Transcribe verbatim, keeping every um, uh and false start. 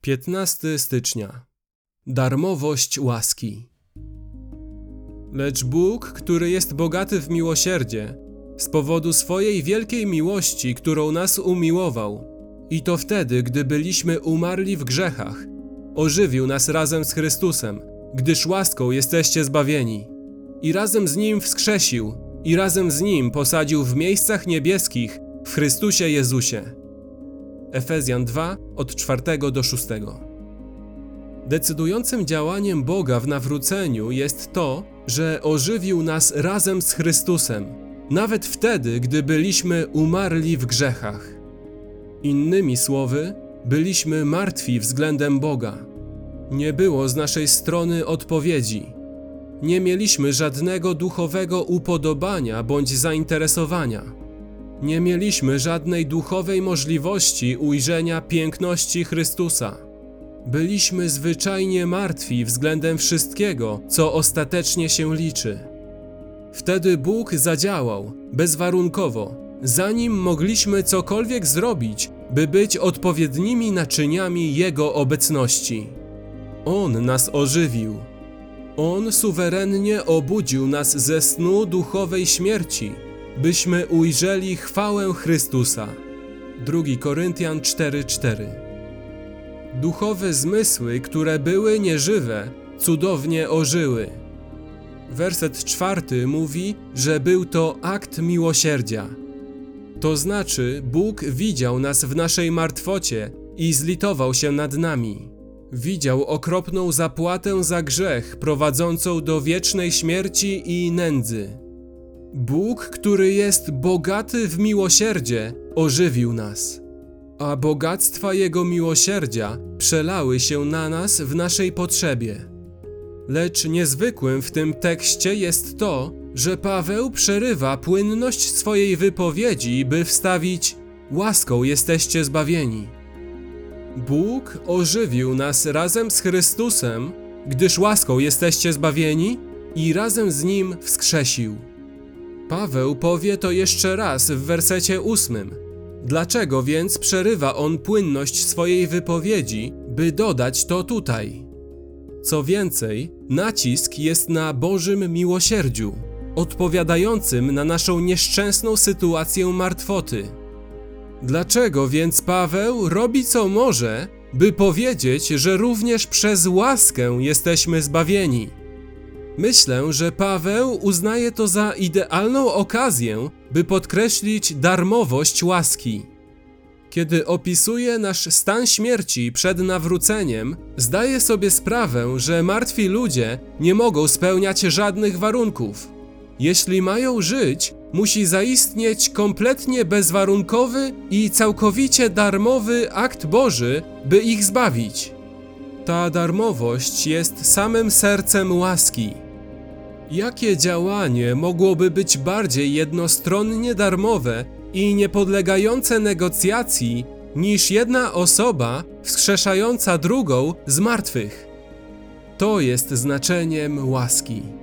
piętnastego stycznia. Darmowość łaski. Lecz Bóg, który jest bogaty w miłosierdzie, z powodu swojej wielkiej miłości, którą nas umiłował, i to wtedy, gdy byliśmy umarli w grzechach, ożywił nas razem z Chrystusem, gdyż łaską jesteście zbawieni. I razem z Nim wskrzesił, i razem z Nim posadził w miejscach niebieskich w Chrystusie Jezusie. Efezjan dwa, od czwartego do szóstego. Decydującym działaniem Boga w nawróceniu jest to, że ożywił nas razem z Chrystusem, nawet wtedy, gdy byliśmy umarli w grzechach. Innymi słowy, byliśmy martwi względem Boga. Nie było z naszej strony odpowiedzi. Nie mieliśmy żadnego duchowego upodobania bądź zainteresowania. Nie mieliśmy żadnej duchowej możliwości ujrzenia piękności Chrystusa. Byliśmy zwyczajnie martwi względem wszystkiego, co ostatecznie się liczy. Wtedy Bóg zadziałał, bezwarunkowo, zanim mogliśmy cokolwiek zrobić, by być odpowiednimi naczyniami Jego obecności. On nas ożywił. On suwerennie obudził nas ze snu duchowej śmierci, byśmy ujrzeli chwałę Chrystusa. drugi Koryntian cztery, cztery. Duchowe zmysły, które były nieżywe, cudownie ożyły. Werset czwarty mówi, że był to akt miłosierdzia. To znaczy, Bóg widział nas w naszej martwocie i zlitował się nad nami. Widział okropną zapłatę za grzech prowadzącą do wiecznej śmierci i nędzy. Bóg, który jest bogaty w miłosierdzie, ożywił nas, a bogactwa Jego miłosierdzia przelały się na nas w naszej potrzebie. Lecz niezwykłym w tym tekście jest to, że Paweł przerywa płynność swojej wypowiedzi, by wstawić: łaską jesteście zbawieni. Bóg ożywił nas razem z Chrystusem, gdyż łaską jesteście zbawieni, i razem z Nim wskrzesił. Paweł powie to jeszcze raz w wersecie ósmym. Dlaczego więc przerywa on płynność swojej wypowiedzi, by dodać to tutaj? Co więcej, nacisk jest na Bożym miłosierdziu, odpowiadającym na naszą nieszczęsną sytuację martwoty. Dlaczego więc Paweł robi co może, by powiedzieć, że również przez łaskę jesteśmy zbawieni? Myślę, że Paweł uznaje to za idealną okazję, by podkreślić darmowość łaski. Kiedy opisuje nasz stan śmierci przed nawróceniem, zdaje sobie sprawę, że martwi ludzie nie mogą spełniać żadnych warunków. Jeśli mają żyć, musi zaistnieć kompletnie bezwarunkowy i całkowicie darmowy akt Boży, by ich zbawić. Ta darmowość jest samym sercem łaski. Jakie działanie mogłoby być bardziej jednostronnie darmowe i niepodlegające negocjacji niż jedna osoba wskrzeszająca drugą z martwych? To jest znaczeniem łaski.